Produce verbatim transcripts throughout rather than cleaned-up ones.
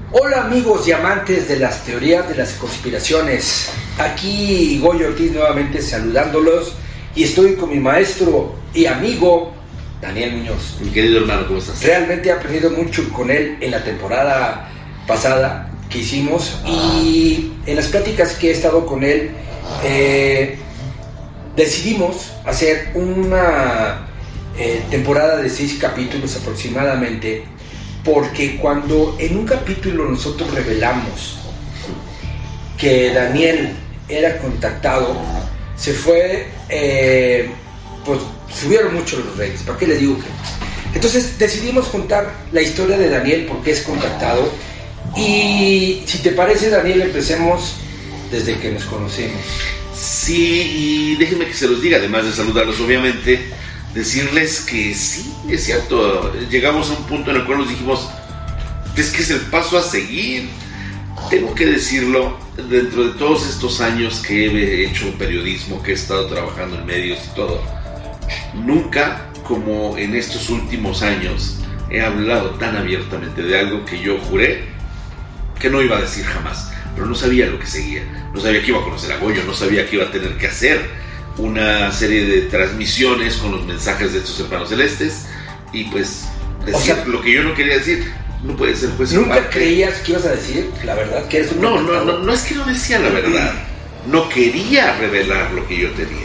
Hola amigos y amantes de las teorías de las conspiraciones, aquí Goyo Ortiz nuevamente saludándolos y estoy con mi maestro y amigo Daniel Muñoz. Mi querido hermano, ¿cómo estás? Realmente he aprendido mucho con él en la temporada pasada que hicimos y en las pláticas que he estado con él eh, decidimos hacer una eh, temporada de seis capítulos aproximadamente. Porque cuando en un capítulo nosotros revelamos que Daniel era contactado, se fue, eh, pues subieron mucho los rates, ¿para qué les digo que? Entonces decidimos contar la historia de Daniel, porque es contactado, y si te parece, Daniel, empecemos desde que nos conocemos. Sí, y déjenme que se los diga, además de saludarlos obviamente, decirles que sí, es cierto, llegamos a un punto en el cual nos dijimos, es que es el paso a seguir. Tengo que decirlo, dentro de todos estos años que he hecho periodismo, que he estado trabajando en medios y todo, nunca como en estos últimos años he hablado tan abiertamente de algo que yo juré que no iba a decir jamás, pero no sabía lo que seguía, no sabía que iba a conocer a Goyo, no sabía que iba a tener que hacer una serie de transmisiones con los mensajes de estos hermanos celestes y pues decir o sea, lo que yo no quería decir. No puede ser pues. ¿Nunca parte. creías que ibas a decir la verdad? Que eres un no, no, no, no es que no decía la verdad, no quería revelar lo que yo tenía.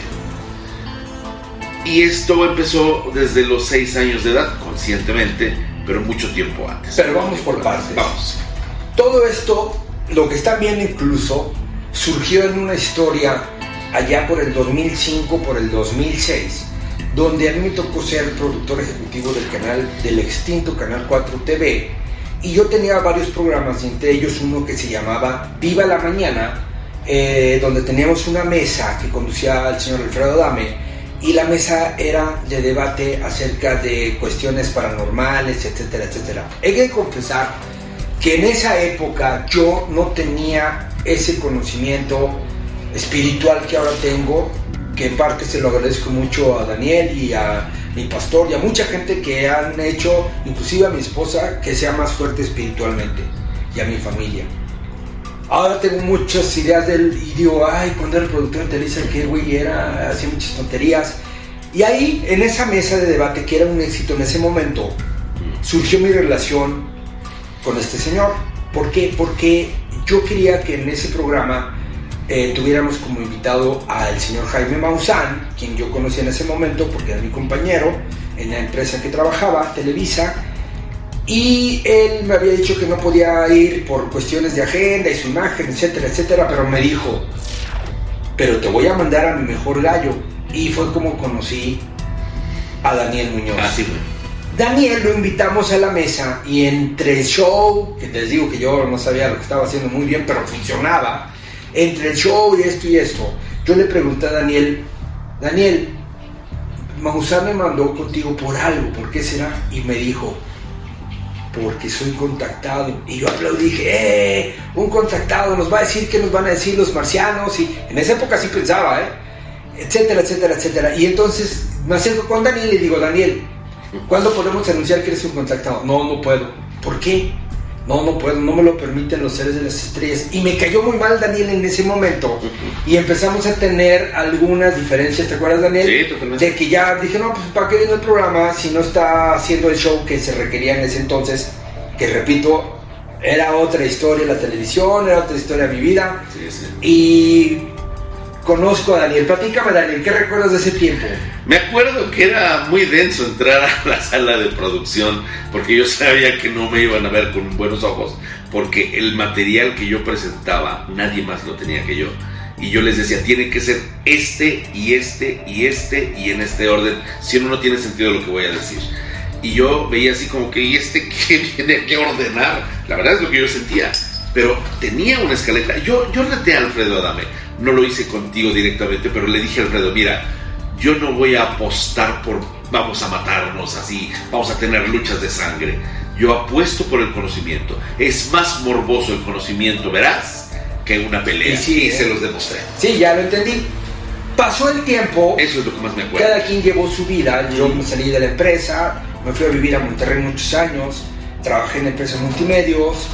Y esto empezó desde los seis años de edad, conscientemente, pero mucho tiempo antes. Pero vamos por partes. Vamos. Todo esto, lo que están viendo incluso, surgió en una historia allá por el dos mil cinco, por el dos mil seis, donde a mí me tocó ser productor ejecutivo del canal, del extinto Canal cuatro T V, y yo tenía varios programas, entre ellos uno que se llamaba Viva la Mañana, eh, donde teníamos una mesa que conducía al señor Alfredo Adame, y la mesa era de debate acerca de cuestiones paranormales, etcétera, etcétera. He de confesar que en esa época yo no tenía ese conocimiento espiritual que ahora tengo, que en parte se lo agradezco mucho a Daniel y a mi pastor y a mucha gente que han hecho, inclusive a mi esposa, que sea más fuerte espiritualmente, y a mi familia. Ahora tengo muchas ideas del, y digo, ay, cuando era el productor de Televisa, que güey era, hacía muchas tonterías. Y ahí, en esa mesa de debate, que era un éxito en ese momento, surgió mi relación con este señor. ¿Por qué? Porque yo quería que en ese programa Eh, tuviéramos como invitado al señor Jaime Maussan, quien yo conocí en ese momento porque era mi compañero en la empresa que trabajaba, Televisa, y él me había dicho que no podía ir por cuestiones de agenda y su imagen, etcétera, etcétera, pero me dijo, pero te voy a mandar a mi mejor gallo, y fue como conocí a Daniel Muñoz. Así fue. Daniel lo invitamos a la mesa y entre el show, que les digo que yo no sabía lo que estaba haciendo muy bien, pero funcionaba, entre el show y esto y esto, yo le pregunté a Daniel, Daniel, Maussan me mandó contigo por algo, ¿por qué será? Y me dijo, porque soy contactado. Y yo aplaudí, dije, ¡eh! Un contactado, nos va a decir qué nos van a decir los marcianos. Y en esa época sí pensaba, ¿eh? Etcétera, etcétera, etcétera. Y entonces me acerco con Daniel y digo, Daniel, ¿cuándo podemos anunciar que eres un contactado? No, no puedo. ¿Por qué? No, no puedo, no me lo permiten los seres de las estrellas. Y me cayó muy mal Daniel en ese momento. Y empezamos a tener algunas diferencias, ¿te acuerdas, Daniel? Sí, totalmente. De que ya dije, no, pues ¿para qué viene el programa si no está haciendo el show que se requería en ese entonces? Que repito, era otra historia la televisión, era otra historia mi vida. Sí, sí. Y conozco a Daniel. Platícame, Daniel, ¿qué recuerdas de ese tiempo? Me acuerdo que era muy denso entrar a la sala de producción porque yo sabía que no me iban a ver con buenos ojos, porque el material que yo presentaba nadie más lo tenía que yo, y yo les decía, tiene que ser este y este y este y en este orden, si no, no tiene sentido lo que voy a decir. Y yo veía así como que, ¿y este qué viene que ordenar? La verdad es lo que yo sentía, pero tenía una escaleta. Yo, yo reté a Alfredo Adame, no lo hice contigo directamente, pero le dije a Alfredo, mira, yo no voy a apostar por vamos a matarnos así, vamos a tener luchas de sangre. Yo apuesto por el conocimiento. Es más morboso el conocimiento, verás, que una pelea. Y, sí, y eh, se los demostré. Sí, ya lo entendí. Pasó el tiempo. Eso es lo que más me acuerdo. Cada quien llevó su vida. Yo me salí de la empresa, me fui a vivir a Monterrey muchos años, trabajé en empresas multimedios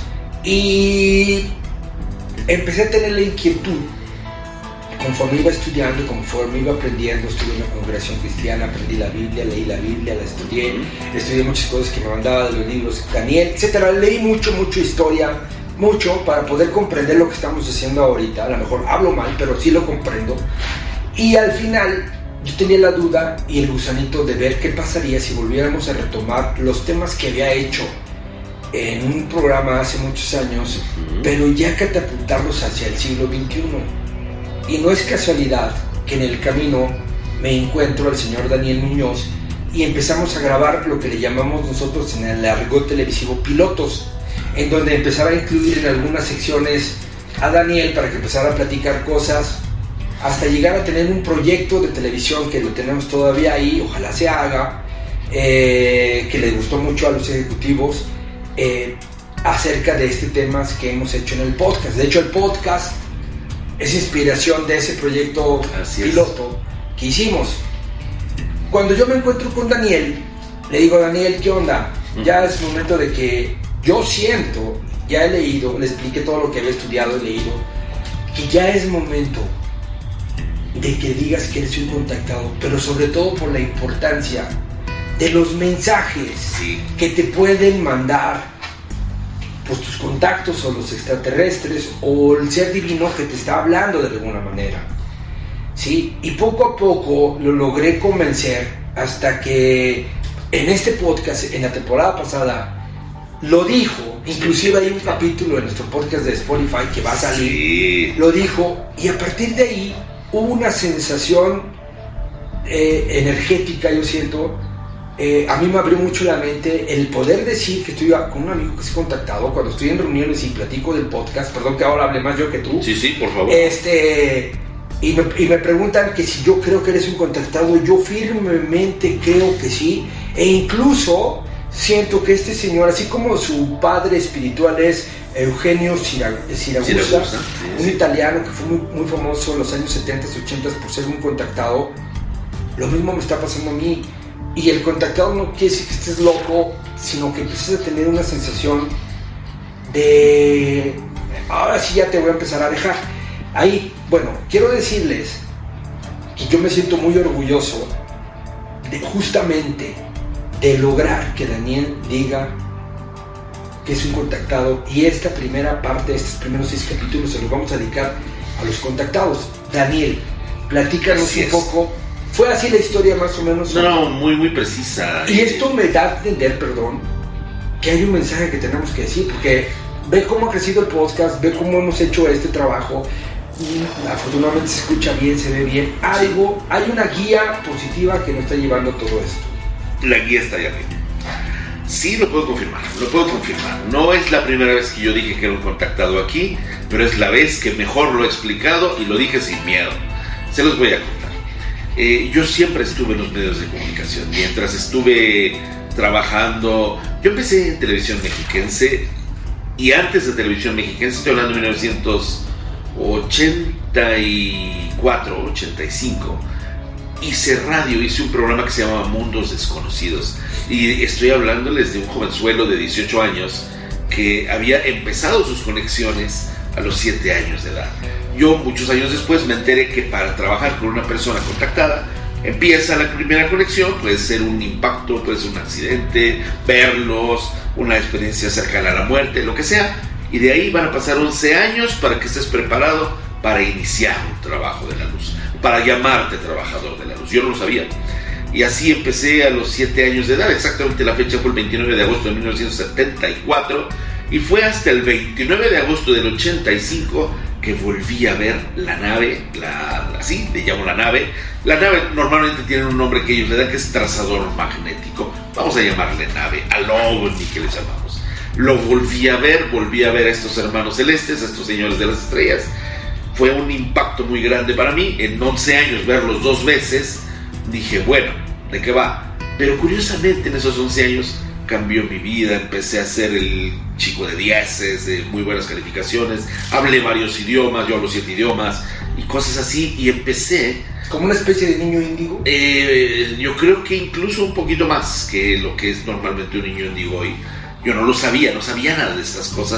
Y empecé a tener la inquietud. Conforme iba estudiando, conforme iba aprendiendo, estuve en una congregación cristiana, aprendí la Biblia, leí la Biblia, la estudié, estudié muchas cosas que me mandaba de los libros, Daniel, etcétera. Leí mucho, mucho historia, mucho para poder comprender lo que estamos haciendo ahorita. A lo mejor hablo mal, pero sí lo comprendo. Y al final yo tenía la duda y el gusanito de ver qué pasaría si volviéramos a retomar los temas que había hecho en un programa hace muchos años, uh-huh. pero ya catapultarlos hacia el siglo veintiuno. Y no es casualidad que en el camino me encuentro al señor Daniel Muñoz y empezamos a grabar lo que le llamamos nosotros en el argot televisivo pilotos, en donde empezaba a incluir en algunas secciones a Daniel para que empezara a platicar cosas, hasta llegar a tener un proyecto de televisión que lo tenemos todavía ahí, ojalá se haga, eh, que le gustó mucho a los ejecutivos, eh, acerca de este tema que hemos hecho en el podcast. De hecho, el podcast es inspiración de ese proyecto Así piloto es. que hicimos. Cuando yo me encuentro con Daniel, le digo, Daniel, ¿qué onda? Ya es momento de que yo siento, ya he leído, le expliqué todo lo que había estudiado y leído, que ya es momento de que digas que eres un contactado, pero sobre todo por la importancia de los mensajes sí. que te pueden mandar pues tus contactos o los extraterrestres o el ser divino que te está hablando de alguna manera, ¿sí? Y poco a poco lo logré convencer hasta que en este podcast, en la temporada pasada, lo dijo, inclusive hay un capítulo en nuestro podcast de Spotify que va a salir, sí. lo dijo, y a partir de ahí hubo una sensación eh, energética, yo siento. Eh, a mí me abrió mucho la mente el poder decir que estoy con un amigo que se ha contactado cuando estoy en reuniones y platico del podcast, perdón que ahora hable más yo que tú. Sí, sí, por favor. Este, y, me, y me preguntan que si yo creo que eres un contactado. Yo firmemente creo que sí, e incluso siento que este señor, así como su padre espiritual es Eugenio Siragusa, Siragusa sí, un sí. italiano que fue muy, muy famoso en los años setenta, ochenta por ser un contactado, lo mismo me está pasando a mí. Y el contactado no quiere decir que estés loco, sino que empiezas a tener una sensación de ahora sí ya te voy a empezar a dejar. Ahí, bueno, quiero decirles que yo me siento muy orgulloso de justamente de lograr que Daniel diga que es un contactado, y esta primera parte, estos primeros seis capítulos se los vamos a dedicar a los contactados. Daniel, platícanos así un es. poco. ¿Fue así la historia más o menos? No, no, muy, muy precisa. Y esto me da a entender, perdón, que hay un mensaje que tenemos que decir, porque ve cómo ha crecido el podcast, ve cómo hemos hecho este trabajo, y afortunadamente se escucha bien, se ve bien. Algo, hay una guía positiva que nos está llevando todo esto. La guía está allá arriba. Sí, lo puedo confirmar, lo puedo confirmar. No es la primera vez que yo dije que era un contactado aquí, pero es la vez que mejor lo he explicado y lo dije sin miedo. Se los voy a contar. Eh, yo siempre estuve en los medios de comunicación. Mientras estuve trabajando, yo empecé en televisión mexiquense, y antes de televisión mexiquense, estoy hablando de mil novecientos ochenta y cuatro, ochenta y cinco, hice radio, hice un programa que se llamaba Mundos Desconocidos, y estoy hablándoles de un jovenzuelo de dieciocho años que había empezado sus conexiones a los siete años de edad. Yo muchos años después me enteré que para trabajar con una persona contactada empieza la primera conexión, puede ser un impacto, puede ser un accidente, verlos, una experiencia cercana a la muerte, lo que sea, y de ahí van a pasar once años para que estés preparado para iniciar un trabajo de la luz, para llamarte trabajador de la luz. Yo no lo sabía, y así empecé a los siete años de edad. Exactamente la fecha fue el veintinueve de agosto de mil novecientos setenta y cuatro, y fue hasta el veintinueve de agosto del ochenta y cinco que volví a ver la nave, la, así le llamo la nave. La nave normalmente tiene un nombre que ellos le dan, que es trazador magnético. Vamos a llamarle nave, al ovni que le llamamos. Lo volví a ver, volví a ver a estos hermanos celestes, a estos señores de las estrellas. Fue un impacto muy grande para mí. En once años verlos dos veces, dije, bueno, ¿de qué va? Pero curiosamente en esos once años cambió mi vida. Empecé a ser el chico de dieces, de muy buenas calificaciones, hablé varios idiomas, yo hablo siete idiomas y cosas así, y empecé ¿como una especie de niño índigo? Eh, yo creo que incluso un poquito más que lo que es normalmente un niño índigo hoy. Yo no lo sabía, no sabía nada de estas cosas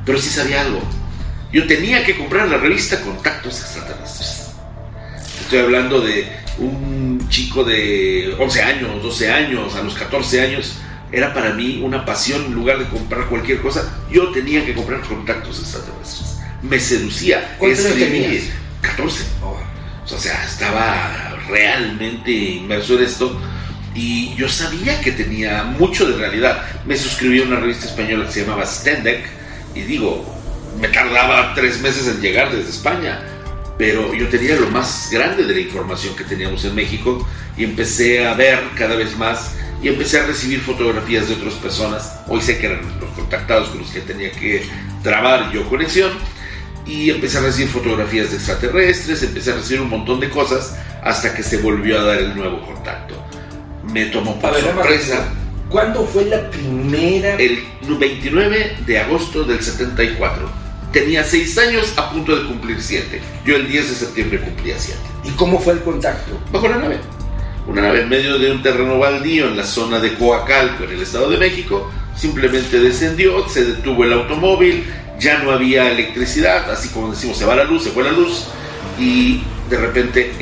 pero sí sabía algo. Yo tenía que comprar la revista Contactos Extraterrestres. Estoy hablando de un chico de once años, doce años, a los catorce años. Era para mí una pasión. En lugar de comprar cualquier cosa, yo tenía que comprar Contactos Extraterrestres. Me seducía. ¿Cuántos años tenías? catorce. Oh. O sea, estaba realmente inmerso en esto. Y yo sabía que tenía mucho de realidad. Me suscribí a una revista española que se llamaba Stendek. Y digo, me tardaba tres meses en llegar desde España. Pero yo tenía lo más grande de la información que teníamos en México. Y empecé a ver cada vez más. Y empecé a recibir fotografías de otras personas. Hoy sé que eran los contactados con los que tenía que trabar yo conexión. Y empecé a recibir fotografías de extraterrestres. Empecé a recibir un montón de cosas. Hasta que se volvió a dar el nuevo contacto. Me tomó por ver, sorpresa. ¿Cuándo fue la primera? El veintinueve de agosto del setenta y cuatro. Tenía seis años, a punto de cumplir siete. Yo el diez de septiembre cumplía siete. ¿Y cómo fue el contacto? Bajo la nave. Una nave en medio de un terreno baldío en la zona de Coacalco, en el Estado de México. Simplemente descendió, se detuvo el automóvil, ya no había electricidad, así como decimos, se va la luz, se fue la luz. Y de repente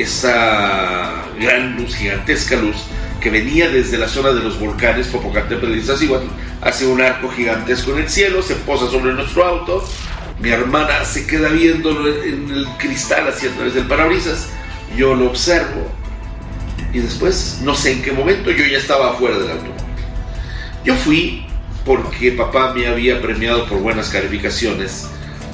esa gran luz, gigantesca luz, que venía desde la zona de los volcanes Popocatépetl y Iztaccíhuatl, hace un arco gigantesco en el cielo, se posa sobre nuestro auto. Mi hermana se queda viéndolo en el cristal, así a través del parabrisas. Yo lo observo y después, no sé en qué momento, yo ya estaba afuera del automóvil. Yo fui porque papá me había premiado por buenas calificaciones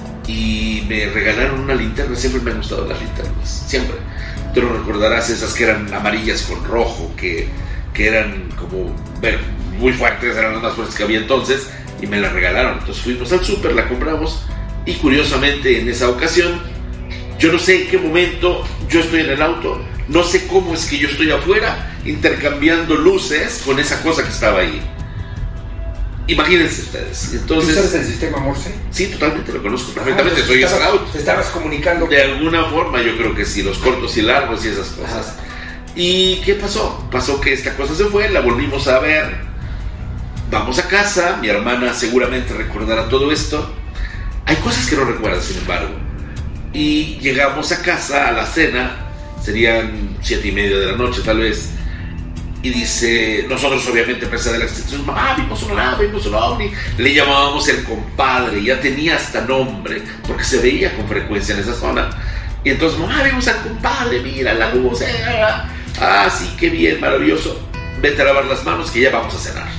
y me regalaron una linterna. Siempre me han gustado las linternas, siempre. Tú no recordarás esas que eran amarillas con rojo, que, que eran como ver, muy fuertes, eran las más fuertes que había entonces, y me las regalaron. Entonces fuimos al súper, la compramos, y curiosamente en esa ocasión, yo no sé en qué momento yo estoy en el auto, no sé cómo es que yo estoy afuera, intercambiando luces con esa cosa que estaba ahí. Imagínense ustedes. Entonces, ¿tú sabes el sistema Morse? Sí, totalmente, lo conozco perfectamente. Ah, soy estabas, scout. ¿Te estabas comunicando? De alguna forma, yo creo que sí, los cortos y largos y esas cosas. Ajá. ¿Y qué pasó? Pasó que esta cosa se fue, la volvimos a ver. Vamos a casa, mi hermana seguramente recordará todo esto. Hay cosas que no recuerdan, sin embargo. Y llegamos a casa, a la cena, serían siete y media de la noche tal vez. Y dice, nosotros obviamente presa de la extensión, mamá, vimos una nave, vimos un ovni. Le llamábamos el compadre, ya tenía hasta nombre, porque se veía con frecuencia en esa zona. Y entonces, mamá, vimos al compadre, mira la luz, eh, ah, sí, qué bien, maravilloso. Vete a lavar las manos que ya vamos a cenar.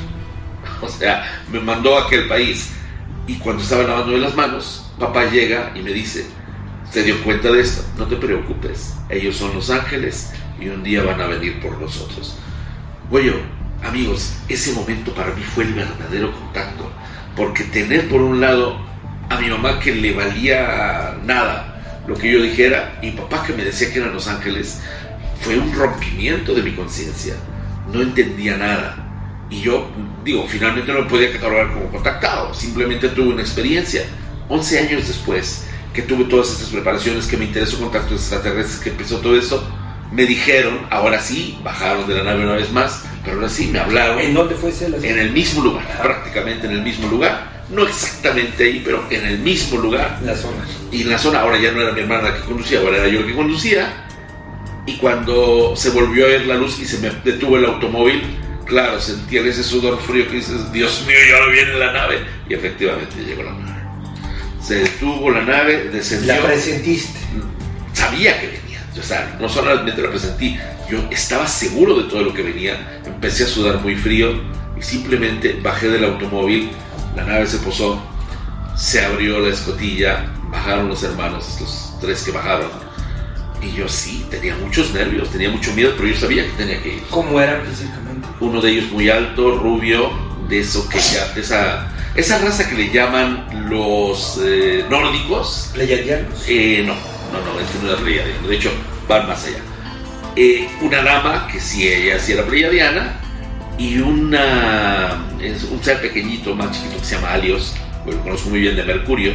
O sea, me mandó a aquel país. Y cuando estaba lavando las manos, papá llega y me dice, ¿se dio cuenta de esto? No te preocupes, ellos son los ángeles y un día van a venir por nosotros. Goyo, amigos, ese momento para mí fue el verdadero contacto, porque tener por un lado a mi mamá que le valía nada lo que yo dijera y papá que me decía que eran los ángeles, fue un rompimiento de mi conciencia. No entendía nada y yo, digo, finalmente no me podía catalogar como contactado, simplemente tuve una experiencia. once años después que tuve todas estas preparaciones, que me interesó contactos extraterrestres, que empezó todo eso, me dijeron, ahora sí, bajaron de la nave una vez más, pero ahora sí me hablaron. ¿En dónde fue ese? En el mismo lugar, ah. prácticamente en el mismo lugar, no exactamente ahí, pero en el mismo lugar. La zona. Y en la zona, ahora ya no era mi hermana la que conducía, ahora era yo el que conducía, y cuando se volvió a ver la luz y se me detuvo el automóvil, claro, sentí ese sudor frío que dices, Dios mío, ya ahora viene la nave, y efectivamente llegó la nave. Se detuvo la nave, descendió. ¿La presentiste? Sabía que venía. O sea, no solamente la presentí, yo estaba seguro de todo lo que venía. Empecé a sudar muy frío y simplemente bajé del automóvil. La nave se posó, se abrió la escotilla, bajaron los hermanos, estos tres que bajaron. Y yo sí, tenía muchos nervios, tenía mucho miedo, pero yo sabía que tenía que ir. ¿Cómo eran físicamente? Uno de ellos muy alto, rubio, de eso que ya, de esa, esa raza que le llaman los eh, nórdicos. ¿Pleiadianos? Eh, no. No, no, este no era pleiadiano, de hecho, van más allá. Eh, una dama, que sí, ella sí era pleiadiana, y una, un ser pequeñito, más chiquito, que se llama Halios, lo conozco muy bien de Mercurio,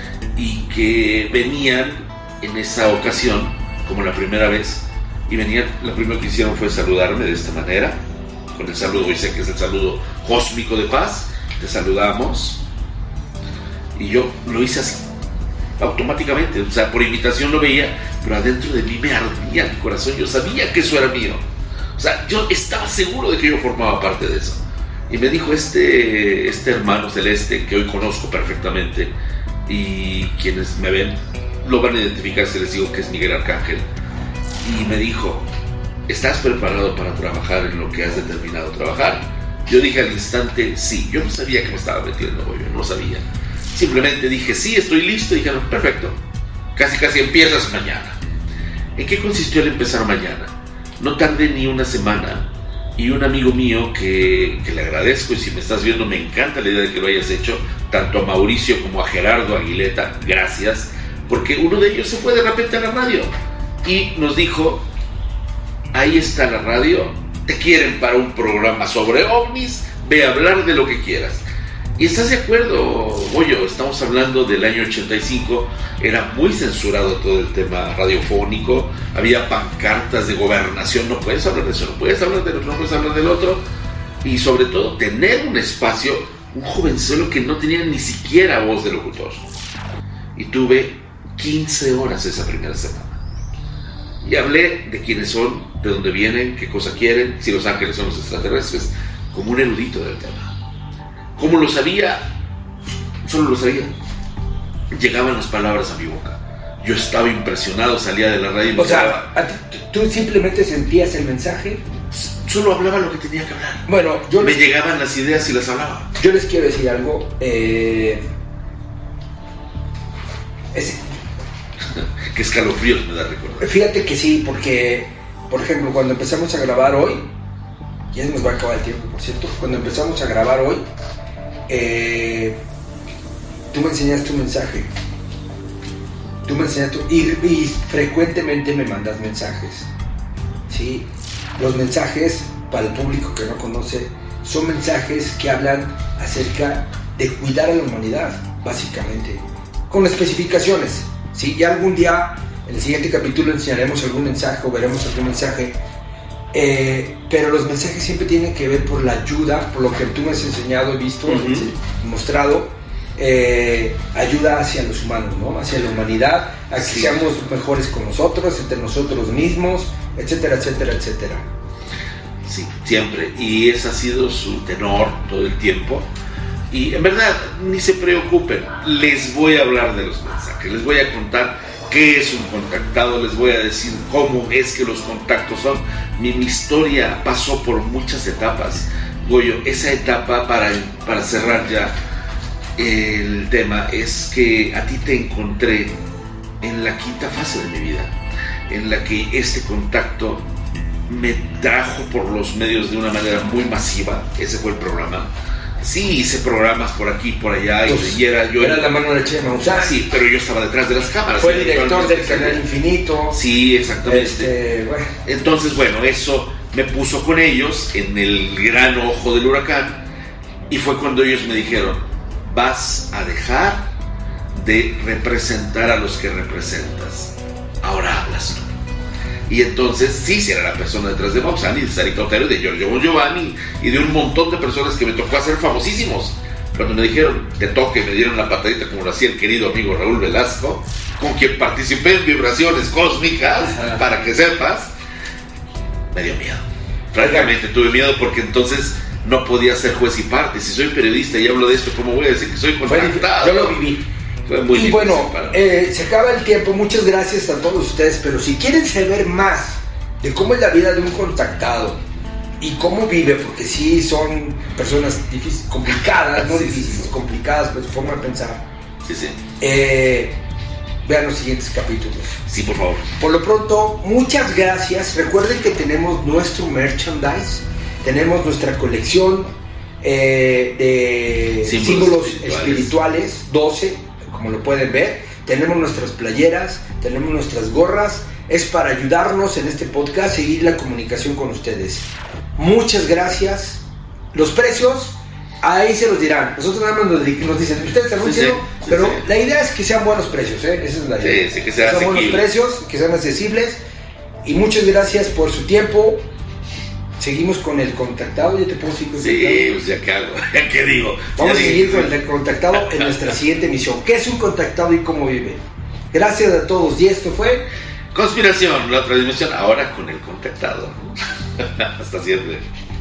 y que venían en esa ocasión, como la primera vez, y venían, lo primero que hicieron fue saludarme de esta manera, con el saludo, hoy sé que es el saludo cósmico de paz, te saludamos, Y yo lo hice así, automáticamente, o sea, por imitación lo veía, pero adentro de mí me ardía el corazón, yo sabía que eso era mío. O sea, yo estaba seguro de que yo formaba parte de eso. Y me dijo este, este hermano celeste, que hoy conozco perfectamente, y quienes me ven lo van a identificar si les digo que es Miguel Arcángel, y me dijo: ¿estás preparado para trabajar en lo que has determinado trabajar? Yo dije al instante sí. Yo no sabía que me estaba metiendo, yo no sabía. Simplemente dije sí, estoy listo. Y dijeron: perfecto, casi casi empiezas mañana. ¿En qué consistió el empezar mañana? No tardé ni una semana, y un amigo mío que, que le agradezco, y si me estás viendo me encanta la idea de que lo hayas hecho, tanto a Mauricio como a Gerardo Aguileta, gracias, porque uno de ellos se fue de repente a la radio y nos dijo: ahí está la radio, te quieren para un programa sobre ovnis, ve a hablar de lo que quieras. ¿Y estás de acuerdo, Goyo? Estamos hablando del año ochenta y cinco, era muy censurado todo el tema radiofónico, había pancartas de gobernación: no puedes hablar de eso, no puedes hablar del otro, no puedes hablar del otro. Y sobre todo, tener un espacio, un jovenzuelo que no tenía ni siquiera voz de locutor. Y tuve quince horas esa primera semana. Y hablé de quiénes son, de dónde vienen, qué cosa quieren, si los ángeles son los extraterrestres, como un erudito del tema. ¿Cómo lo sabía? Solo lo sabía. Llegaban las palabras a mi boca. Yo estaba impresionado, salía de la radio y o sea, ¿tú simplemente sentías el mensaje? Solo hablaba lo que tenía que hablar. Bueno, yo me les... llegaban las ideas y las hablaba. Yo les quiero decir algo. Eh... Es... Qué escalofríos me da recordar. Fíjate que sí, porque, por ejemplo, cuando empezamos a grabar hoy, ya se nos va a acabar el tiempo, por cierto, cuando empezamos a grabar hoy, eh, tú me enseñaste un mensaje, tú me enseñaste, y, y frecuentemente me mandas mensajes, ¿sí? Los mensajes, para el público que no conoce, son mensajes que hablan acerca de cuidar a la humanidad, básicamente, con especificaciones, ¿sí? Ya algún día, en el siguiente capítulo, enseñaremos algún mensaje o veremos algún mensaje. Eh, pero los mensajes siempre tienen que ver por la ayuda, por lo que tú me has enseñado, visto, uh-huh. mostrado, eh, ayuda hacia los humanos, ¿no? Hacia la humanidad, a que sí. seamos mejores con nosotros, entre nosotros mismos, etcétera, etcétera, etcétera. Sí, siempre, y ese ha sido su tenor todo el tiempo. Y en verdad, ni se preocupen, les voy a hablar de los mensajes, les voy a contar qué es un contactado, les voy a decir cómo es que los contactos son. Mi, mi historia pasó por muchas etapas, Goyo. Esa etapa, para, para cerrar ya el tema, es que a ti te encontré en la quinta fase de mi vida, en la que este contacto me trajo por los medios de una manera muy masiva. Ese fue el programa. Sí, hice programas por aquí, por allá, pues, y era yo... Era la mano de Chema Maussan. Sí, pero yo estaba detrás de las cámaras. Fue el director del Canal Infinito. Sí, exactamente. Este, bueno. Entonces, bueno, eso me puso con ellos en el gran ojo del huracán, y fue cuando ellos me dijeron: vas a dejar de representar a los que representas, ahora hablas tú. Y entonces sí, sí era la persona detrás de Maussan y de Sarita Otero y de Giorgio Bon Giovanni y de un montón de personas que me tocó hacer famosísimos. Cuando me dijeron te toque, me dieron la patadita como lo hacía el querido amigo Raúl Velasco, con quien participé en Vibraciones Cósmicas, ajá, para que sepas, me dio miedo. Francamente tuve miedo, porque entonces no podía ser juez y parte. Si soy periodista y hablo de esto, ¿cómo voy a decir que soy contactado? Yo lo viví. Y bueno, eh, se acaba el tiempo. Muchas gracias a todos ustedes, pero si quieren saber más de cómo es la vida de un contactado y cómo vive, porque sí son personas difíciles, complicadas, no sí, difíciles, sí, sí. complicadas por su forma de pensar, sí, sí. Eh, vean los siguientes capítulos. Sí, por favor. Por lo pronto, muchas gracias. Recuerden que tenemos nuestro merchandise, tenemos nuestra colección eh, de símbolos, símbolos espirituales. espirituales, doce, como lo pueden ver. Tenemos nuestras playeras, tenemos nuestras gorras. Es para ayudarnos en este podcast, seguir la comunicación con ustedes. Muchas gracias. Los precios, ahí se los dirán. Nosotros nada más nos, nos dicen, ustedes anuncian, sí, sí, pero sí, sí. La idea es que sean buenos precios, ¿eh? Esa es la idea. Sí, sí, que sean, que sean buenos precios, que sean accesibles. Y muchas gracias por su tiempo. seguimos con el contactado, ya te puedo decir contactado. Sí, pues ya que hago, ya que digo. Vamos ya a seguir digo. con el contactado en nuestra siguiente emisión. ¿Qué es un contactado y cómo vive? Gracias a todos. Y esto fue Conspiración, la otra dimensión, ahora con el contactado. Hasta siempre.